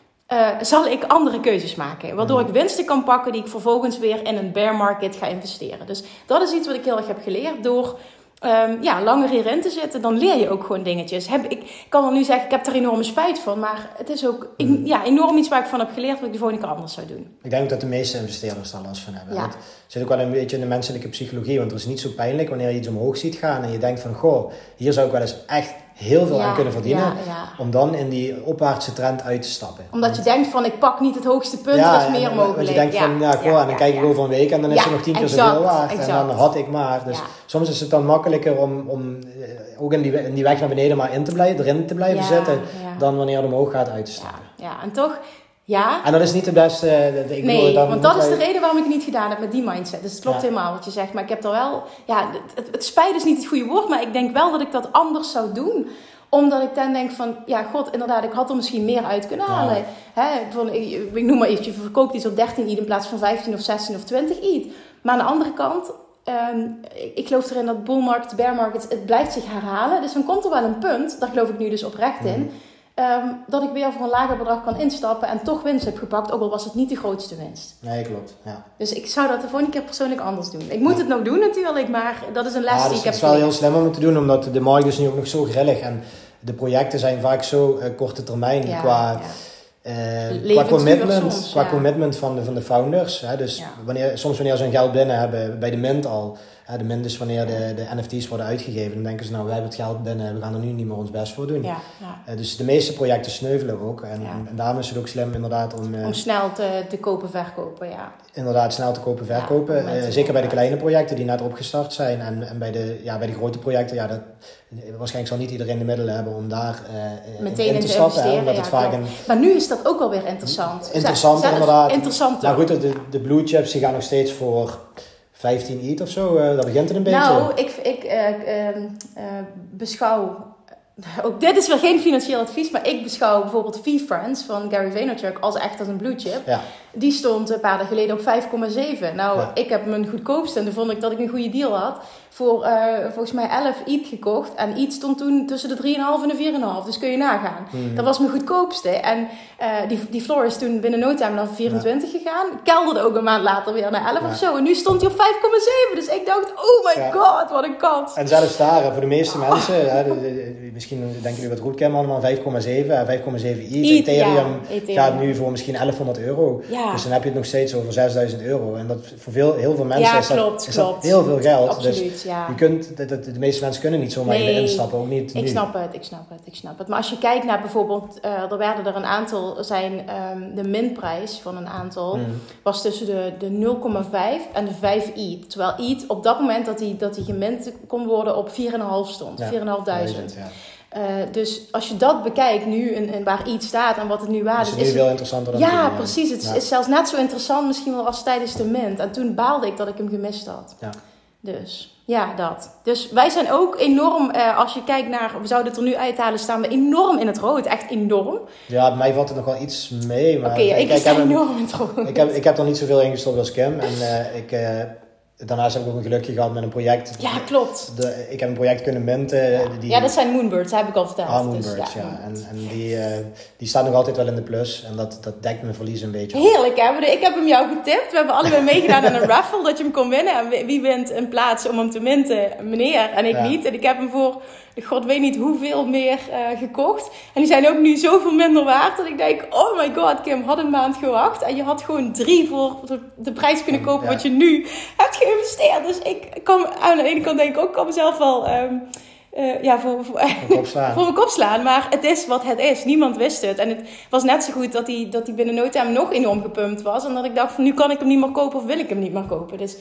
[SPEAKER 1] zal ik andere keuzes maken. Waardoor ik winsten kan pakken die ik vervolgens weer in een bear market ga investeren. Dus dat is iets wat ik heel erg heb geleerd door langer hierin te zitten, dan leer je ook gewoon dingetjes. Ik kan wel nu zeggen, ik heb er enorme spijt van, maar het is ook enorm iets waar ik van heb geleerd wat ik de volgende keer anders zou doen.
[SPEAKER 2] Ik denk dat de meeste investeerders daar last van hebben. Ja. Het zit ook wel een beetje in de menselijke psychologie, want het is niet zo pijnlijk wanneer je iets omhoog ziet gaan en je denkt van, goh, hier zou ik wel eens echt heel veel aan kunnen verdienen, om dan in die opwaartse trend uit te stappen.
[SPEAKER 1] Omdat je denkt van, ik pak niet het hoogste punt, er is meer mogelijk.
[SPEAKER 2] Want je denkt van, en dan kijk ik over een week en dan is er nog 10 keer zoveel waard. Exact. En dan had ik maar. Dus soms is het dan makkelijker om ook in die weg naar beneden maar erin te blijven zitten, dan wanneer het omhoog gaat uit te stappen.
[SPEAKER 1] Ja, en toch... Ja.
[SPEAKER 2] En dat is niet de beste...
[SPEAKER 1] want dat is de reden waarom ik het niet gedaan heb met die mindset. Dus het klopt helemaal wat je zegt. Maar ik heb er wel... Ja, het spijt is niet het goede woord. Maar ik denk wel dat ik dat anders zou doen. Omdat ik dan denk van... Ja, god, inderdaad, ik had er misschien meer uit kunnen halen. Ik noem maar iets. Je verkoopt iets op 13 ETH in plaats van 15 of 16 of 20 ETH. Maar aan de andere kant... ik geloof erin dat bull market, bear market... Het blijft zich herhalen. Dus dan komt er wel een punt... Daar geloof ik nu dus oprecht in... dat ik weer voor een lager bedrag kan instappen en toch winst heb gepakt, ook al was het niet de grootste winst.
[SPEAKER 2] Nee, klopt. Ja.
[SPEAKER 1] Dus ik zou dat de volgende keer persoonlijk anders doen. Ik moet het nog doen natuurlijk, maar dat is een les die ik heb.
[SPEAKER 2] Het is wel heel slim om het te doen, omdat de markt is nu ook nog zo grillig en de projecten zijn vaak zo korte termijn qua commitment van de founders. Hè? Dus wanneer ze hun geld binnen hebben bij de mint al. De mint is wanneer de NFT's worden uitgegeven. Dan denken ze, nou, wij hebben het geld binnen. We gaan er nu niet meer ons best voor doen. Dus de meeste projecten sneuvelen ook. En daarom is het ook slim inderdaad om
[SPEAKER 1] snel te kopen, verkopen,
[SPEAKER 2] Inderdaad, snel te kopen, verkopen. Zeker bij de kleine projecten die net opgestart zijn. En bij de grote projecten, waarschijnlijk zal niet iedereen de middelen hebben om daar
[SPEAKER 1] meteen
[SPEAKER 2] in te stappen. Omdat het vaak
[SPEAKER 1] maar nu is dat ook wel weer interessant.
[SPEAKER 2] Interessant, inderdaad.
[SPEAKER 1] Interessanter.
[SPEAKER 2] Maar goed, de blue chips die gaan nog steeds voor 15 ETH of zo. Dat begint het een beetje.
[SPEAKER 1] Nou, ik beschouw... Ook dit is weer geen financieel advies, maar ik beschouw bijvoorbeeld VeeFriends van Gary Vaynerchuk als een blue chip. Ja. Die stond een paar dagen geleden op 5,7. Nou, ik heb mijn goedkoopste en toen vond ik dat ik een goede deal had voor volgens mij 11 ETH gekocht. En ETH stond toen tussen de 3,5 en de 4,5. Dus kun je nagaan. Dat was mijn goedkoopste. En die floor is toen binnen no time naar 24 gegaan. Kelderde ook een maand later weer naar 11 of zo. En nu stond hij op 5,7. Dus ik dacht, oh my god, wat een kans.
[SPEAKER 2] En zelfs daar, voor de meeste mensen, misschien denken jullie wat Rootcam allemaal, 5,7 ETH. Ethereum gaat nu voor misschien €1100.
[SPEAKER 1] Ja.
[SPEAKER 2] Dus dan heb je het nog steeds over €6000. En dat voor heel veel mensen is dat heel veel geld.
[SPEAKER 1] Absoluut,
[SPEAKER 2] dus
[SPEAKER 1] ja.
[SPEAKER 2] je kunt, de meeste mensen kunnen niet zomaar instappen, ook niet
[SPEAKER 1] ik snap het. Maar als je kijkt naar bijvoorbeeld, er werden er een aantal, de minprijs van een aantal was tussen de 0,5 en de 5 ETH. Terwijl ETH op dat moment dat die gemint kon worden op 4,5 stond. Ja, 4.500. Ja. Dus als je dat bekijkt nu en waar iets staat en wat het nu waard is.
[SPEAKER 2] Is het nu veel interessanter dan
[SPEAKER 1] ja, precies. Het is zelfs net zo interessant misschien wel als tijdens de mint. En toen baalde ik dat ik hem gemist had. Ja. Dus ja, dat. Dus wij zijn ook enorm, als je kijkt naar, we zouden het er nu uithalen, staan we enorm in het rood. Echt enorm.
[SPEAKER 2] Ja, bij mij valt het nog wel iets mee.
[SPEAKER 1] Oké, ik sta enorm in het rood.
[SPEAKER 2] Ik heb er niet zoveel in gestopt als Kim. En daarnaast heb ik ook een gelukje gehad met een project.
[SPEAKER 1] Ja, klopt.
[SPEAKER 2] Ik heb een project kunnen minten.
[SPEAKER 1] Ja, dat zijn Moonbirds, dat heb ik al verteld.
[SPEAKER 2] Moonbirds, dus, ja. En die staat nog altijd wel in de plus. En dat dekt mijn verlies een beetje.
[SPEAKER 1] Heerlijk, hè? Ik heb hem jou getipt. We hebben allebei meegedaan aan een raffle dat je hem kon winnen. En wie wint een plaats om hem te minten? Meneer en ik niet. En ik heb hem voor, god weet niet hoeveel meer gekocht. En die zijn ook nu zoveel minder waard. Dat ik denk, oh my god, Kim, had een maand gewacht. En je had gewoon 3 voor de prijs kunnen kopen wat je nu hebt geïnvesteerd. Dus ik kan aan de ene kant denk ik ook, kan mezelf wel voor mijn kop slaan. Maar het is wat het is. Niemand wist het. En het was net zo goed dat hij binnen no time nog enorm gepumpt was. En dat ik dacht van nu kan ik hem niet meer kopen of wil ik hem niet meer kopen. Dus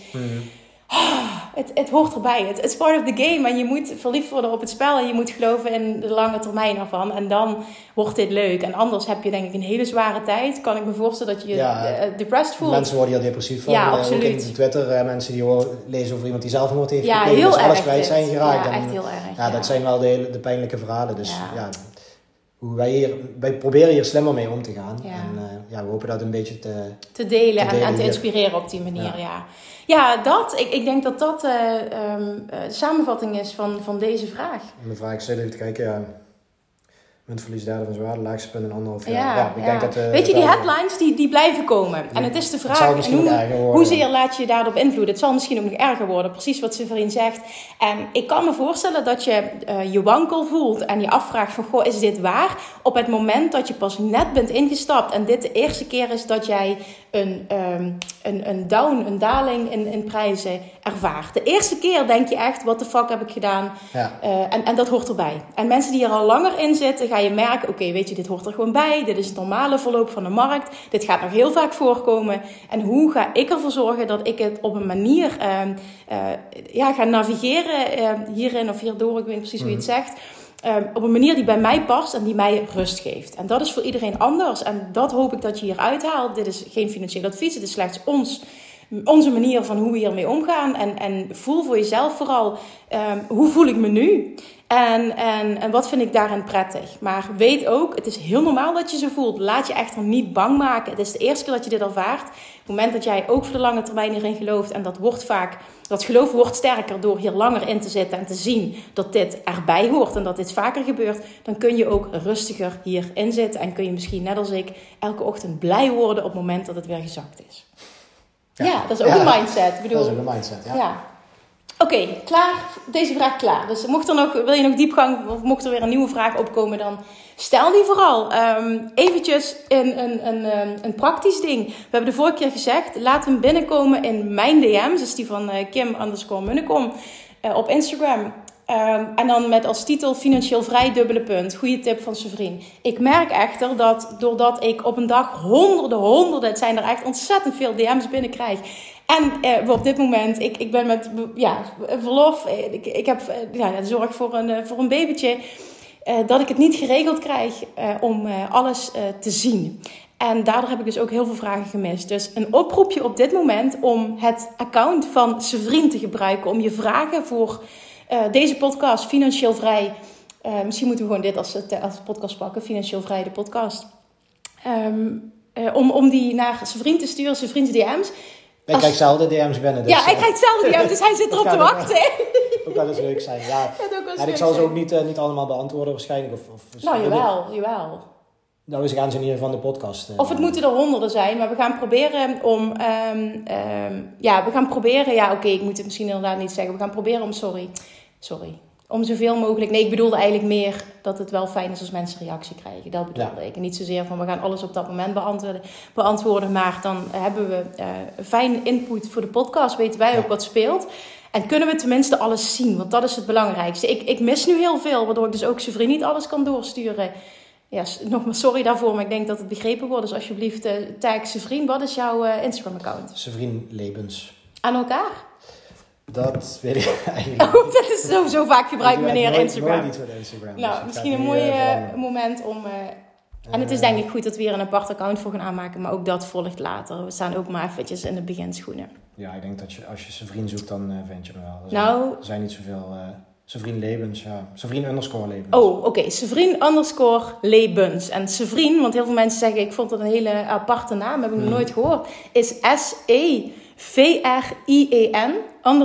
[SPEAKER 1] het hoort erbij. Het is part of the game. En je moet verliefd worden op het spel. En je moet geloven in de lange termijn ervan. En dan wordt dit leuk. En anders heb je denk ik een hele zware tijd. Kan ik me voorstellen dat je je depressed voelt.
[SPEAKER 2] Mensen worden hier depressief van.
[SPEAKER 1] Ja, absoluut.
[SPEAKER 2] Ook in Twitter. Mensen die lezen over iemand die zelfmoord heeft
[SPEAKER 1] gepleegd.
[SPEAKER 2] Heel
[SPEAKER 1] dus
[SPEAKER 2] alles kwijt zijn geraakt.
[SPEAKER 1] Ja, echt heel erg.
[SPEAKER 2] Ja, dat zijn wel de pijnlijke verhalen. Dus hoe wij proberen hier slimmer mee om te gaan. Ja. En we hopen dat een beetje
[SPEAKER 1] te delen en te inspireren op die manier. Ja, ik denk dat de samenvatting is van deze vraag.
[SPEAKER 2] En de vraag is even te kijken, muntverlies derde van zwaarde, laagste punt in 1,5 jaar. Ik denk dat,
[SPEAKER 1] weet je, die headlines die blijven komen. En het is de vraag, hoezeer laat je je daarop invloeden? Het zal misschien ook nog erger worden, precies wat Severine zegt. En ik kan me voorstellen dat je je wankel voelt en je afvraagt van, goh, is dit waar? Op het moment dat je pas net bent ingestapt en dit de eerste keer is dat jij een daling in prijzen ervaart. De eerste keer denk je echt, what the fuck heb ik gedaan? Ja. En dat hoort erbij. En mensen die er al langer in zitten, ga je merken, oké, weet je, dit hoort er gewoon bij. Dit is het normale verloop van de markt. Dit gaat nog heel vaak voorkomen. En hoe ga ik ervoor zorgen dat ik het op een manier ga navigeren hierin of hierdoor, ik weet niet precies hoe je het zegt. Op een manier die bij mij past en die mij rust geeft. En dat is voor iedereen anders. En dat hoop ik dat je hier uithaalt. Dit is geen financieel advies. Het is slechts onze manier van hoe we hiermee omgaan. En voel voor jezelf vooral, hoe voel ik me nu? En wat vind ik daarin prettig? Maar weet ook, het is heel normaal dat je zo voelt. Laat je echter niet bang maken. Het is de eerste keer dat je dit ervaart. Op het moment dat jij ook voor de lange termijn hierin gelooft. En dat geloof wordt sterker door hier langer in te zitten. En te zien dat dit erbij hoort. En dat dit vaker gebeurt. Dan kun je ook rustiger hierin zitten. En kun je misschien net als ik elke ochtend blij worden op het moment dat het weer gezakt is. Ja, dat is ook een mindset. Ik bedoel,
[SPEAKER 2] dat is ook een mindset, ja.
[SPEAKER 1] Oké, klaar. Deze vraag klaar. Dus wil je nog diepgang of mocht er weer een nieuwe vraag opkomen, dan stel die vooral. Eventjes een praktisch ding. We hebben de vorige keer gezegd, laat hem binnenkomen in mijn DM's. Dus die van Kim_Munnekom op Instagram. En dan met als titel financieel vrij : goede tip van Severine. Ik merk echter dat doordat ik op een dag honderden, het zijn er echt ontzettend veel DM's binnenkrijg. En op dit moment, ik ben met verlof, ik heb de zorg voor een babytje, dat ik het niet geregeld krijg om alles te zien. En daardoor heb ik dus ook heel veel vragen gemist. Dus een oproepje op dit moment om het account van Severine te gebruiken om je vragen voor deze podcast, Financieel Vrij. Misschien moeten we gewoon dit als podcast pakken, Financieel Vrij, de podcast. Om die naar Severine te sturen, Severine's DM's.
[SPEAKER 2] Hij krijgt zelf de DM's binnen. Dus,
[SPEAKER 1] hij krijgt zelf de DM's, dus hij zit erop te wachten.
[SPEAKER 2] ook wel eens leuk zijn. Ja. En ik zal ze ook niet allemaal beantwoorden waarschijnlijk.
[SPEAKER 1] Nou, jawel.
[SPEAKER 2] Nou, ze gaan ze in ieder geval van de podcast.
[SPEAKER 1] Of het moeten er honderden zijn, maar we gaan proberen om... ik moet het misschien inderdaad niet zeggen. We gaan proberen om, sorry. Om zoveel mogelijk... Nee, ik bedoelde eigenlijk meer dat het wel fijn is als mensen reactie krijgen. Dat bedoelde ik. En niet zozeer van we gaan alles op dat moment beantwoorden. Maar dan hebben we fijn input voor de podcast. Weten wij ook wat speelt. En kunnen we tenminste alles zien. Want dat is het belangrijkste. Ik mis nu heel veel. Waardoor ik dus ook zijn vriend niet alles kan doorsturen. Ja, nogmaals sorry daarvoor. Maar ik denk dat het begrepen wordt. Dus alsjeblieft tag zijn vriend. Wat is jouw Instagram account?
[SPEAKER 2] Zijn vriend Lebens.
[SPEAKER 1] Aan elkaar?
[SPEAKER 2] Dat weet ik eigenlijk
[SPEAKER 1] niet. Dat is zo vaak gebruikt meneer Instagram.
[SPEAKER 2] Nooit iets met Instagram.
[SPEAKER 1] Nou, dus misschien een mooi moment om... en het is denk ik goed dat we hier een apart account voor gaan aanmaken. Maar ook dat volgt later. We staan ook maar eventjes in de beginschoenen.
[SPEAKER 2] Ja, ik denk dat als je zijn vriend zoekt, dan vind je hem wel. Er zijn niet zoveel... zijn vriend Lebens, ja. Zijn vriend _Lebens.
[SPEAKER 1] Oh, oké. Zijn vriend _Lebens. En zijn vriend, want heel veel mensen zeggen... Ik vond dat een hele aparte naam. Heb ik nog nooit gehoord. Is SEVRIEN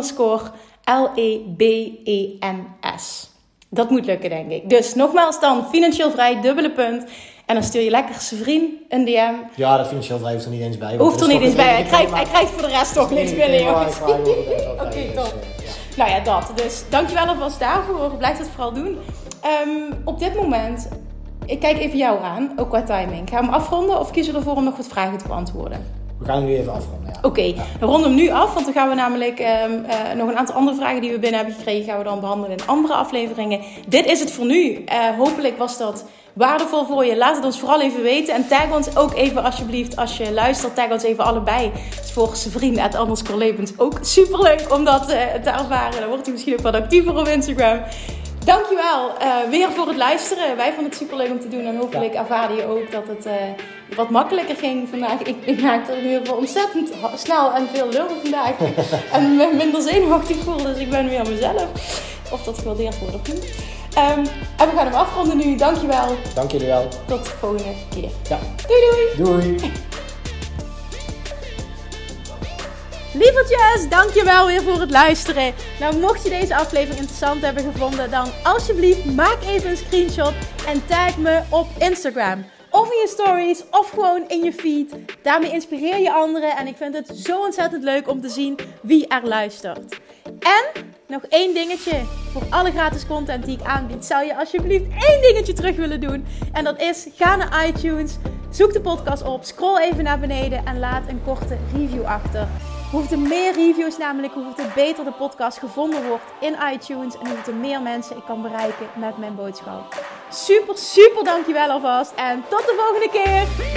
[SPEAKER 1] _LEBENS. Dat moet lukken, denk ik. Dus nogmaals dan, financieel vrij, dubbele punt. En dan stuur je lekker zijn vriend een DM.
[SPEAKER 2] Ja, dat financieel vrij hoeft er niet eens bij.
[SPEAKER 1] Hoeft er niet eens bij. Hij krijgt voor de rest toch niks binnen, jongens. Oké, top. Nou ja, dat. Dus dankjewel alvast daarvoor. Blijf het vooral doen. Op dit moment, ik kijk even jou aan, ook qua timing. Gaan we hem afronden of kiezen we ervoor om nog wat vragen te beantwoorden?
[SPEAKER 2] We gaan hem nu even afronden, ja.
[SPEAKER 1] Oké, we ronden hem nu af, want dan gaan we namelijk nog een aantal andere vragen die we binnen hebben gekregen, gaan we dan behandelen in andere afleveringen. Dit is het voor nu. Hopelijk was dat waardevol voor je. Laat het ons vooral even weten. En tag ons ook even alsjeblieft, als je luistert, tag ons even allebei. Het is voor zijn vrienden @_Lebens ook superleuk om dat te ervaren. Dan wordt hij misschien ook wat actiever op Instagram. Dankjewel weer voor het luisteren. Wij vonden het superleuk om te doen. En hopelijk ervaarde je ook dat het wat makkelijker ging vandaag. Ik maakte er in ieder geval ontzettend snel en veel lul vandaag. En me minder zenuwachtig voel. Dus ik ben weer mezelf. Of dat gewaardeerd wordt of niet. En we gaan hem afronden nu. Dankjewel.
[SPEAKER 2] Dank jullie wel.
[SPEAKER 1] Tot de volgende keer.
[SPEAKER 2] Ja.
[SPEAKER 1] Doei. Lievertjes, dankjewel weer voor het luisteren. Nou, mocht je deze aflevering interessant hebben gevonden, dan alsjeblieft maak even een screenshot en tag me op Instagram. Of in je stories, of gewoon in je feed. Daarmee inspireer je anderen en ik vind het zo ontzettend leuk om te zien wie er luistert. En nog één dingetje. Voor alle gratis content die ik aanbied, zou je alsjeblieft één dingetje terug willen doen. En dat is, ga naar iTunes, zoek de podcast op, scroll even naar beneden en laat een korte review achter. Hoeveel meer reviews namelijk, hoeveel beter de podcast gevonden wordt in iTunes. En hoeveel meer mensen ik kan bereiken met mijn boodschap. Super dankjewel alvast. En tot de volgende keer.